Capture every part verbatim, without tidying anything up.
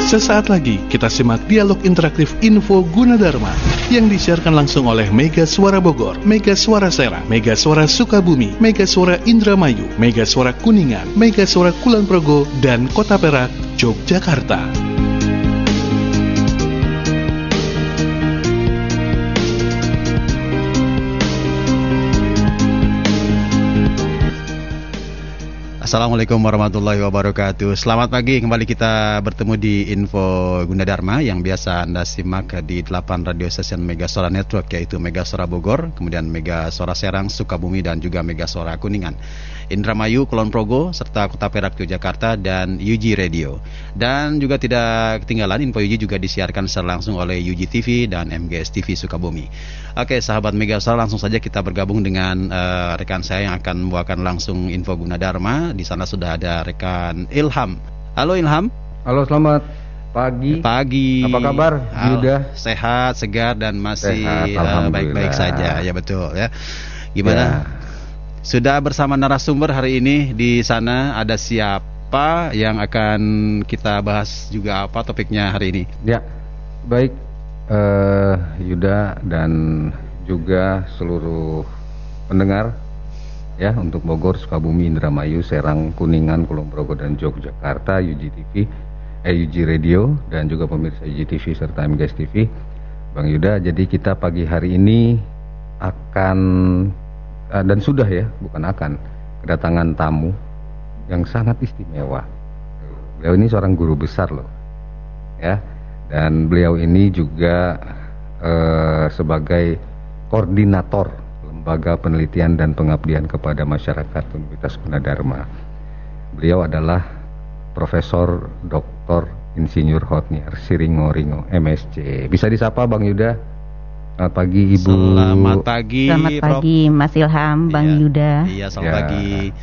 Sesaat lagi kita simak dialog interaktif Info Gunadarma yang disiarkan langsung oleh Mega Suara Bogor, Mega Suara Serang, Mega Suara Sukabumi, Mega Suara Indramayu, Mega Suara Kuningan, Mega Suara Kulon Progo, dan Kota Perak, Yogyakarta. Assalamualaikum warahmatullahi wabarakatuh. Selamat pagi, kembali kita bertemu di Info Gunadarma yang biasa Anda simak di delapan radio stasiun Mega Suara Network, yaitu Mega Suara Bogor, kemudian Mega Suara Serang, Sukabumi, dan juga Mega Suara Kuningan, Indramayu, Kulon Progo, serta Kota Perak, Yogyakarta, dan U G Radio. Dan juga tidak ketinggalan, Info U G juga disiarkan secara langsung oleh U G T V dan M G S T V Sukabumi. Oke, sahabat Mega Suara, langsung saja kita bergabung dengan uh, rekan saya yang akan membawakan langsung Info Gunadarma. Di sana sudah ada rekan Ilham. Halo Ilham. Halo, selamat pagi. Pagi. Apa kabar, Yuda? Sehat, segar, dan masih Sehat, uh, baik-baik saja. Ya betul ya. Gimana? Ya. Sudah bersama narasumber hari ini di sana, ada siapa yang akan kita bahas juga, apa topiknya hari ini? Ya, baik uh, Yuda dan juga seluruh pendengar ya, untuk Bogor, Sukabumi, Indramayu, Serang, Kuningan, Kulon Progo, dan Yogyakarta, U G T V, eh, U G Radio, dan juga pemirsa U G T V serta M G S T V. Bang Yuda, jadi kita pagi hari ini akan uh, dan sudah ya, bukan akan, kedatangan tamu yang sangat istimewa. Beliau ini seorang guru besar loh, ya, dan beliau ini juga uh, sebagai koordinator Lembaga Penelitian dan Pengabdian kepada Masyarakat Universitas Gunadarma. Beliau adalah Profesor Doktor Insinyur Hotniar Siringo-Ringo M S C. Bisa disapa Bang Yuda? Selamat pagi Ibu. Selamat pagi. Selamat pagi Mas Ilham, Bang iya, Yuda. Iya, selamat ya. pagi.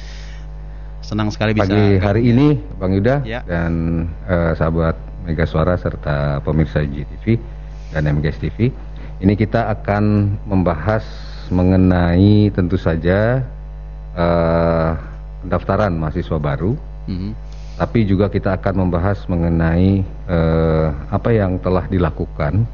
Senang sekali bisa pagi hari ya. ini Bang Yuda ya. dan uh, sahabat Mega Suara serta pemirsa U G T V dan M G S T V. Ini kita akan membahas mengenai tentu saja uh, pendaftaran mahasiswa baru, mm-hmm. tapi juga kita akan membahas mengenai uh, apa yang telah dilakukan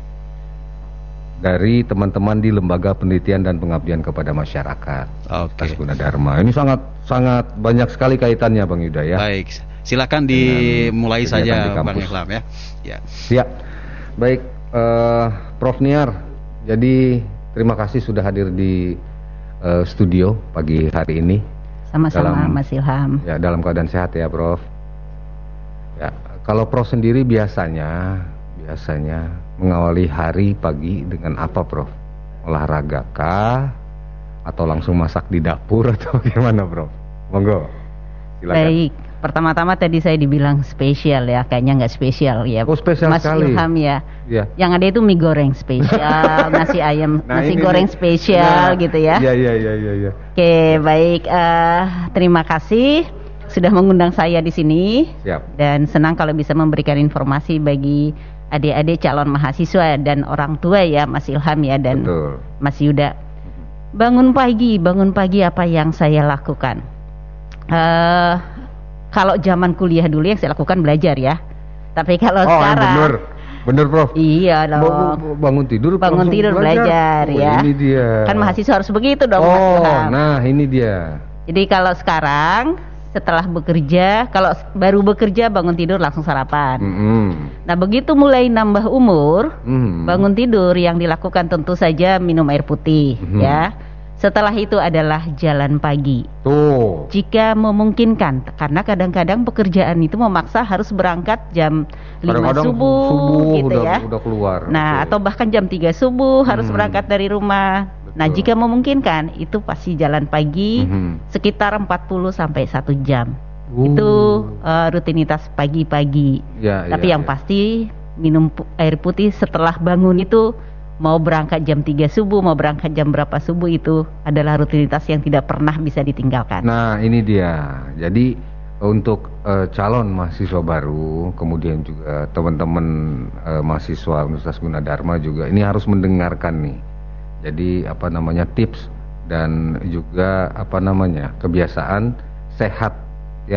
dari teman-teman di Lembaga Penelitian dan Pengabdian kepada Masyarakat Universitas okay. Gunadarma. Ini sangat sangat banyak sekali kaitannya Bang Yuda ya. Baik, silakan dimulai saja Bang Ilham ya. Ya. Ya, baik uh, Prof Niar. Jadi terima kasih sudah hadir di uh, studio pagi hari ini. Sama-sama dalam, Mas Ilham. Ya, dalam keadaan sehat ya, Prof. Ya, kalau Prof sendiri biasanya biasanya mengawali hari pagi dengan apa, Prof? Olahraga kah? Atau langsung masak di dapur atau gimana, Prof? Monggo. Silakan. Baik. Pertama-tama tadi saya dibilang spesial ya, kayaknya nggak spesial ya. Oh, spesial Mas sekali. Ilham ya. Ya. Yang ada itu mie goreng spesial, nasi ayam, nah, nasi ini, goreng spesial nah, gitu ya. Iya iya iya iya ya. Oke, baik. Uh, terima kasih sudah mengundang saya di sini. Siap. Dan senang kalau bisa memberikan informasi bagi adik-adik calon mahasiswa dan orang tua ya, Mas Ilham ya, dan Betul. Mas Yuda. Bangun pagi, bangun pagi apa yang saya lakukan? Uh, Kalau zaman kuliah dulu yang saya lakukan belajar ya. Tapi kalau oh, sekarang bener, bener Prof. Iya dong. Bangun tidur, bangun tidur belajar, belajar oh, ya. Ini dia. Kan mahasiswa harus begitu dong. Oh, nah ini dia. Jadi kalau sekarang setelah bekerja, kalau baru bekerja bangun tidur langsung sarapan. Mm-hmm. Nah begitu mulai nambah umur, mm-hmm. bangun tidur yang dilakukan tentu saja minum air putih, mm-hmm. ya. Setelah itu adalah jalan pagi. Tuh. Jika memungkinkan, karena kadang-kadang pekerjaan itu memaksa harus berangkat jam lima subuh, subuh gitu udah, ya. Udah keluar. Nah, Tuh. atau bahkan jam tiga subuh hmm. harus berangkat dari rumah. Betul. Nah, jika memungkinkan, itu pasti jalan pagi hmm. sekitar empat puluh sampai satu jam. Uh. Itu uh, rutinitas pagi-pagi. Ya, Tapi ya, yang ya. pasti minum pu- air putih setelah bangun itu. Mau berangkat jam tiga subuh, mau berangkat jam berapa subuh, itu adalah rutinitas yang tidak pernah bisa ditinggalkan. Nah ini dia, jadi untuk uh, calon mahasiswa baru, kemudian juga teman-teman uh, mahasiswa Universitas Gunadarma juga ini harus mendengarkan nih. Jadi apa namanya tips dan juga apa namanya kebiasaan sehat ya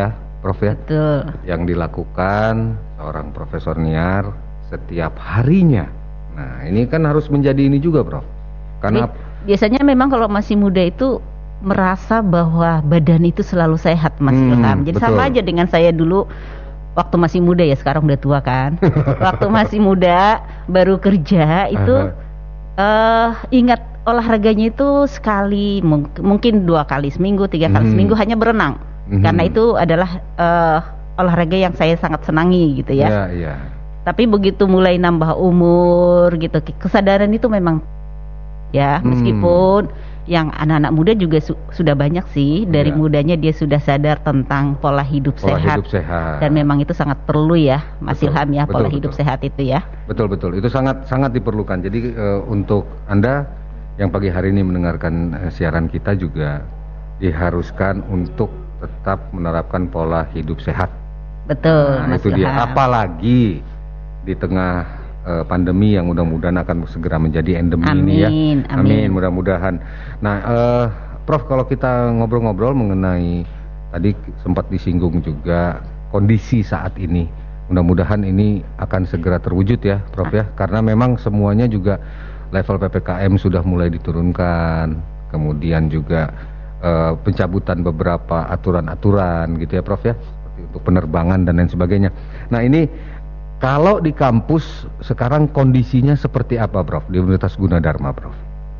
Prof ya. Betul. Yang dilakukan seorang Profesor Niar setiap harinya. Nah, ini kan harus menjadi ini juga, Prof. Karena biasanya memang kalau masih muda itu merasa bahwa badan itu selalu sehat, Mas hmm, Ilham. Jadi betul. Sama aja dengan saya dulu waktu masih muda ya, sekarang udah tua kan. Waktu masih muda baru kerja itu uh, ingat olahraganya itu sekali, mung- mungkin dua kali seminggu, tiga kali hmm. seminggu hanya berenang. Hmm. Karena itu adalah uh, olahraga yang saya sangat senangi gitu ya. Yeah, yeah. Tapi begitu mulai nambah umur gitu, kesadaran itu memang ya, meskipun hmm. yang anak-anak muda juga su- sudah banyak sih dari ya. Mudanya dia sudah sadar tentang pola hidup, pola sehat. hidup sehat dan memang itu sangat perlu ya, Mas betul, Ilham ya, betul, pola betul. hidup sehat itu ya. Betul betul, itu sangat sangat diperlukan. Jadi uh, untuk Anda yang pagi hari ini mendengarkan uh, siaran kita juga diharuskan untuk tetap menerapkan pola hidup sehat. Betul. Nah, itu Ilham. Dia. Apalagi di tengah Uh, pandemi yang mudah-mudahan akan segera menjadi endemi amin, ini ya. Amin. Amin, mudah-mudahan. Nah, uh, Prof, kalau kita ngobrol-ngobrol mengenai tadi sempat disinggung juga kondisi saat ini, mudah-mudahan ini akan segera terwujud ya, Prof ya. Karena memang semuanya juga level P P K M sudah mulai diturunkan, kemudian juga uh, pencabutan beberapa aturan-aturan gitu ya, Prof ya, seperti untuk penerbangan dan lain sebagainya. Nah, ini kalau di kampus sekarang kondisinya seperti apa, Prof, di Universitas Gunadarma, Prof?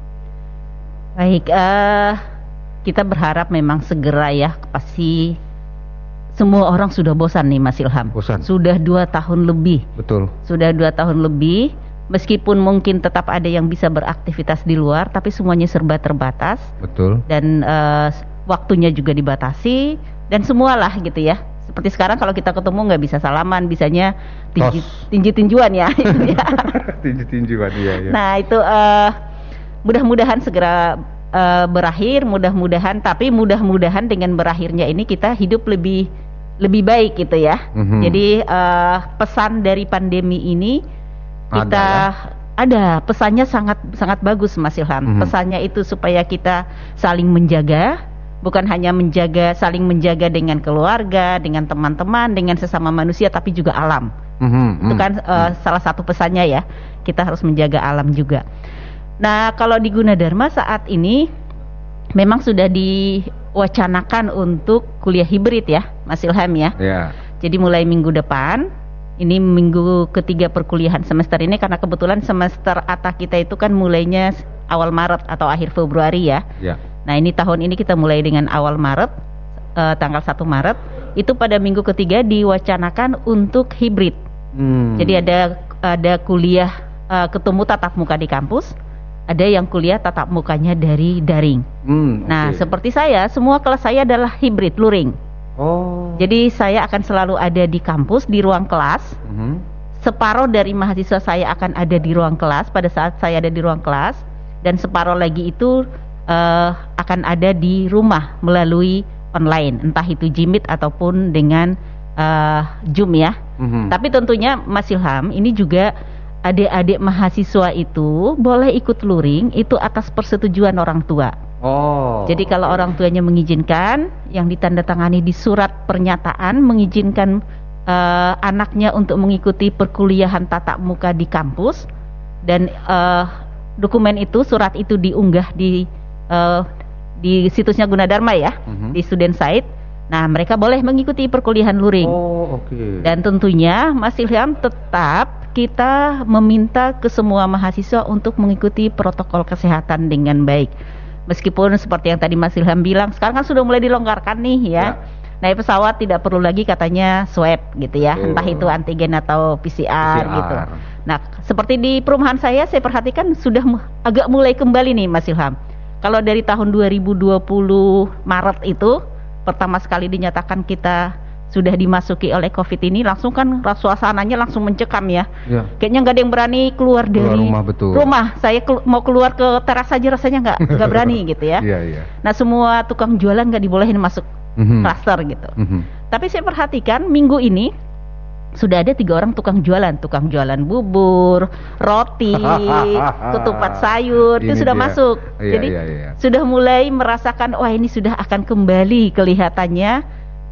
Baik, uh, kita berharap memang segera ya, pasti semua orang sudah bosan nih, Mas Ilham. Bosan. Sudah dua tahun lebih. Betul. Sudah dua tahun lebih, meskipun mungkin tetap ada yang bisa beraktivitas di luar, tapi semuanya serba terbatas. Betul. Dan uh, waktunya juga dibatasi, dan semualah gitu ya. Seperti sekarang kalau kita ketemu nggak bisa salaman, bisanya tinju, tinju-tinjuan ya. Tinju-tinjuan, iya, iya. Nah itu uh, mudah-mudahan segera uh, berakhir, mudah-mudahan, tapi mudah-mudahan dengan berakhirnya ini kita hidup lebih lebih baik gitu ya. Mm-hmm. Jadi uh, pesan dari pandemi ini kita ada, ya? ada pesannya sangat sangat bagus, Mas Ilham. Mm-hmm. Pesannya itu supaya kita saling menjaga. Bukan hanya menjaga, saling menjaga dengan keluarga, dengan teman-teman, dengan sesama manusia, tapi juga alam. Mm-hmm, itu kan uh, mm. salah satu pesannya ya. Kita harus menjaga alam juga. Nah, kalau di Gunadarma saat ini memang sudah diwacanakan untuk kuliah hibrid ya, Mas Ilham ya. Yeah. Jadi mulai minggu depan, ini minggu ketiga perkuliahan semester ini, karena kebetulan semester A T A kita itu kan mulainya awal Maret atau akhir Februari ya. Yeah. Nah ini tahun ini kita mulai dengan awal Maret, uh, tanggal satu Maret, itu pada minggu ketiga diwacanakan untuk hibrid. Hmm. Jadi ada ada kuliah uh, ketemu tatap muka di kampus, ada yang kuliah tatap mukanya dari daring. Hmm, nah okay. Seperti saya, semua kelas saya adalah hibrid, luring. Oh. Jadi saya akan selalu ada di kampus, di ruang kelas. Hmm. Separuh dari mahasiswa saya akan ada di ruang kelas pada saat saya ada di ruang kelas, dan separuh lagi itu Uh, akan ada di rumah melalui online, entah itu Jimit ataupun dengan uh, Zoom ya. Mm-hmm. Tapi tentunya Mas Ilham, ini juga adik-adik mahasiswa itu boleh ikut luring itu atas persetujuan orang tua. Oh. Jadi kalau okay. orang tuanya mengizinkan, yang ditandatangani di surat pernyataan mengizinkan uh, anaknya untuk mengikuti perkuliahan tatap muka di kampus, dan uh, dokumen itu, surat itu diunggah di Uh, di situsnya Gunadarma ya, uh-huh. di student site. Nah mereka boleh mengikuti perkuliahan luring. Oh, okay. Dan tentunya Mas Ilham, tetap kita meminta ke semua mahasiswa untuk mengikuti protokol kesehatan dengan baik. Meskipun seperti yang tadi Mas Ilham bilang, sekarang kan sudah mulai dilonggarkan nih ya. ya. Naik pesawat tidak perlu lagi katanya swab gitu ya, oh. entah itu antigen atau P C R, P C R gitu. Nah seperti di perumahan saya, saya perhatikan sudah agak mulai kembali nih Mas Ilham. Kalau dari tahun dua ribu dua puluh Maret itu pertama sekali dinyatakan kita sudah dimasuki oleh COVID ini, langsung kan suasananya langsung mencekam ya. ya. Kayaknya nggak ada yang berani keluar dari keluar rumah. Betul. Rumah. Saya kelu- mau keluar ke teras saja rasanya nggak nggak berani gitu ya. ya, ya. Nah semua tukang jualan nggak dibolehin masuk mm-hmm. klaster gitu. Mm-hmm. Tapi saya perhatikan minggu ini sudah ada tiga orang tukang jualan, tukang jualan bubur, roti, ketupat sayur, ini itu sudah dia. masuk. Iya, Jadi iya, iya. sudah mulai merasakan, wah ini sudah akan kembali kelihatannya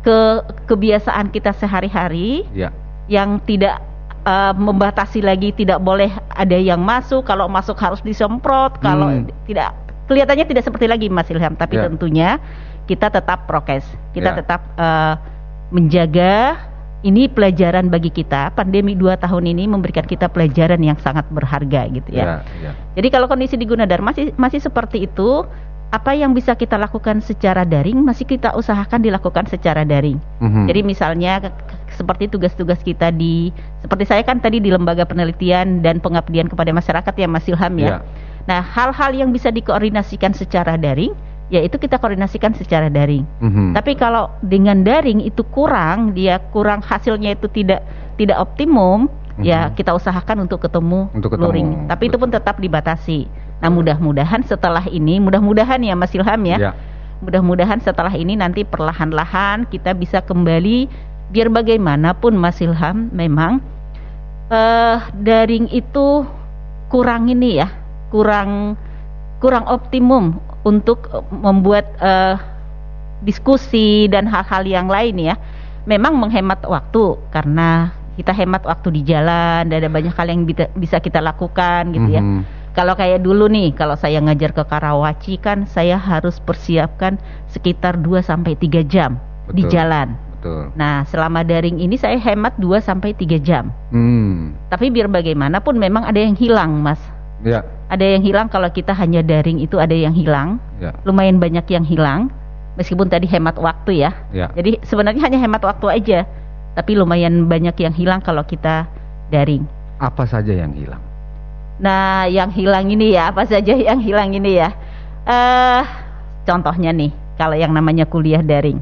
ke kebiasaan kita sehari-hari ya. Yang tidak uh, membatasi lagi, tidak boleh ada yang masuk, kalau masuk harus disemprot, kalau hmm. tidak kelihatannya tidak seperti lagi Mas Ilham, tapi ya. Tentunya kita tetap prokes, kita ya. tetap uh, menjaga. Ini pelajaran bagi kita. Pandemi dua tahun ini memberikan kita pelajaran yang sangat berharga gitu ya. ya, ya. Jadi kalau kondisi di Gunadarma masih masih seperti itu, apa yang bisa kita lakukan secara daring masih kita usahakan dilakukan secara daring. Mm-hmm. Jadi misalnya seperti tugas-tugas kita di, seperti saya kan tadi di lembaga penelitian dan pengabdian kepada masyarakat ya Mas Ilham ya. ya. Nah hal-hal yang bisa dikoordinasikan secara daring, yaitu kita koordinasikan secara daring. Mm-hmm. Tapi kalau dengan daring itu kurang, dia kurang hasilnya itu tidak tidak optimum, mm-hmm. ya kita usahakan untuk ketemu, untuk ketemu luring. Tapi betul. Itu pun tetap dibatasi. Nah mudah-mudahan setelah ini, mudah-mudahan ya Mas Ilham ya, ya. mudah-mudahan setelah ini nanti perlahan-lahan kita bisa kembali, biar bagaimanapun Mas Ilham, memang uh, daring itu kurang ini ya, kurang kurang optimum untuk membuat uh, diskusi dan hal-hal yang lain ya. Memang menghemat waktu karena kita hemat waktu di jalan, dan ada banyak hal yang bisa kita lakukan gitu ya. Mm-hmm. Kalau kayak dulu nih, kalau saya ngajar ke Karawaci kan saya harus persiapkan sekitar dua sampai tiga jam Betul. Di jalan. Betul. Nah, selama daring ini saya hemat dua sampai tiga jam. Mm. Tapi biar bagaimanapun memang ada yang hilang, Mas. Ya. Ada yang hilang kalau kita hanya daring, itu ada yang hilang. Ya. Lumayan banyak yang hilang. Meskipun tadi hemat waktu ya. ya. Jadi sebenarnya hanya hemat waktu aja. Tapi lumayan banyak yang hilang kalau kita daring. Apa saja yang hilang? Nah, yang hilang ini ya, apa saja yang hilang ini ya. Uh, contohnya nih, kalau yang namanya kuliah daring.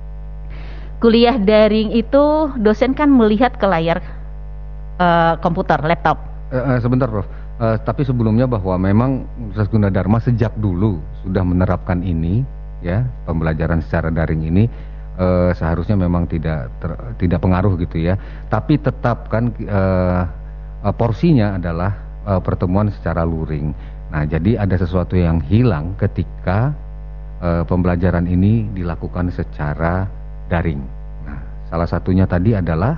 Kuliah daring itu dosen kan melihat ke layar uh, komputer, laptop. Uh, uh, sebentar Prof. Uh, tapi sebelumnya bahwa memang Universitas Gunadarma sejak dulu sudah menerapkan ini, ya, pembelajaran secara daring ini uh, seharusnya memang tidak ter, tidak pengaruh gitu ya. Tapi tetap kan uh, uh, porsinya adalah uh, pertemuan secara luring. Nah, jadi ada sesuatu yang hilang ketika uh, pembelajaran ini dilakukan secara daring. Nah, salah satunya tadi adalah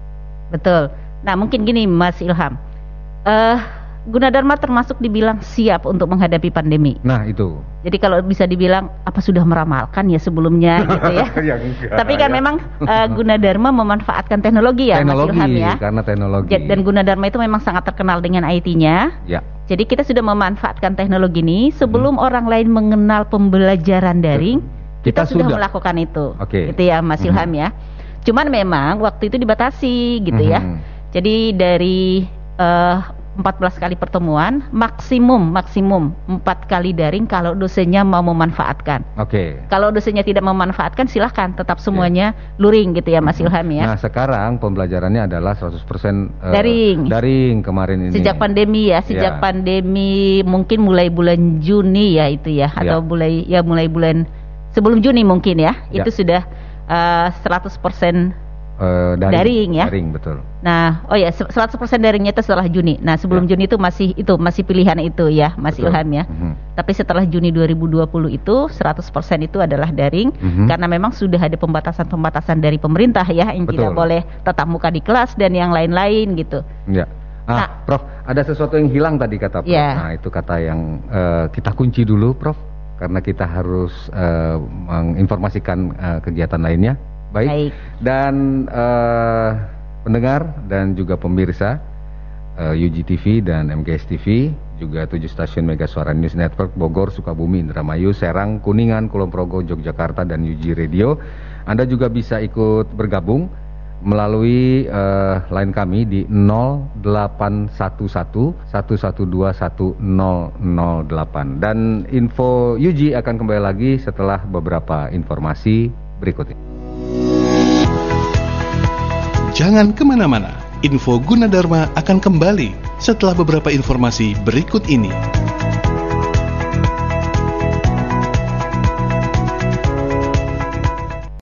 betul. Nah, mungkin gini Mas Ilham. Eh uh, Gunadarma termasuk dibilang siap untuk menghadapi pandemi. Nah itu. Jadi kalau bisa dibilang apa sudah meramalkan ya sebelumnya gitu ya. ya enggak, Tapi kan ya. memang uh, Gunadarma memanfaatkan teknologi ya teknologi, Mas Ilham ya. Karena teknologi. Dan Gunadarma itu memang sangat terkenal dengan I T-nya. Ya. Jadi kita sudah memanfaatkan teknologi ini sebelum hmm. orang lain mengenal pembelajaran daring. Kita, kita sudah, sudah melakukan itu. Oke. Okay. Gitu ya Mas hmm. Ilham ya. Cuman memang waktu itu dibatasi gitu hmm. ya. Jadi dari uh, empat belas kali pertemuan, maksimum maksimum empat kali daring kalau dosennya mau memanfaatkan. Oke. Okay. Kalau dosennya tidak memanfaatkan silahkan tetap semuanya okay. luring gitu ya Mas Ilham ya. Nah, sekarang pembelajarannya adalah seratus persen uh, daring. Daring kemarin ini. Sejak pandemi ya, sejak yeah. pandemi mungkin mulai bulan Juni ya itu ya, atau yeah. mulai ya mulai bulan sebelum Juni mungkin ya. Yeah. Itu sudah uh, seratus persen Uh, daring, daring ya. Daring betul. Nah, oh ya seratus persen daringnya itu setelah Juni. Nah, sebelum ya. Juni itu masih itu masih pilihan itu ya, Mas betul. Ilham ya. Mm-hmm. Tapi setelah Juni dua ribu dua puluh itu seratus persen itu adalah daring mm-hmm. karena memang sudah ada pembatasan-pembatasan dari pemerintah ya yang betul. Tidak boleh tatap muka di kelas dan yang lain-lain gitu. Ya. Ah, nah, Prof, ada sesuatu yang hilang tadi kata Prof. Ya. Nah, itu kata yang uh, kita kunci dulu, Prof, karena kita harus uh, menginformasikan uh, kegiatan lainnya. Baik. Baik. Dan uh, pendengar dan juga pemirsa uh, U G T V dan M G S T V, juga tujuh stasiun Mega Suara News Network Bogor, Sukabumi, Indramayu, Serang, Kuningan, Kulon Progo, Yogyakarta, dan U G Radio. Anda juga bisa ikut bergabung melalui uh, line kami di nol delapan satu satu satu satu dua satu nol nol delapan. Dan info U G akan kembali lagi setelah beberapa informasi berikut ini. Jangan kemana-mana, info Gunadarma akan kembali setelah beberapa informasi berikut ini.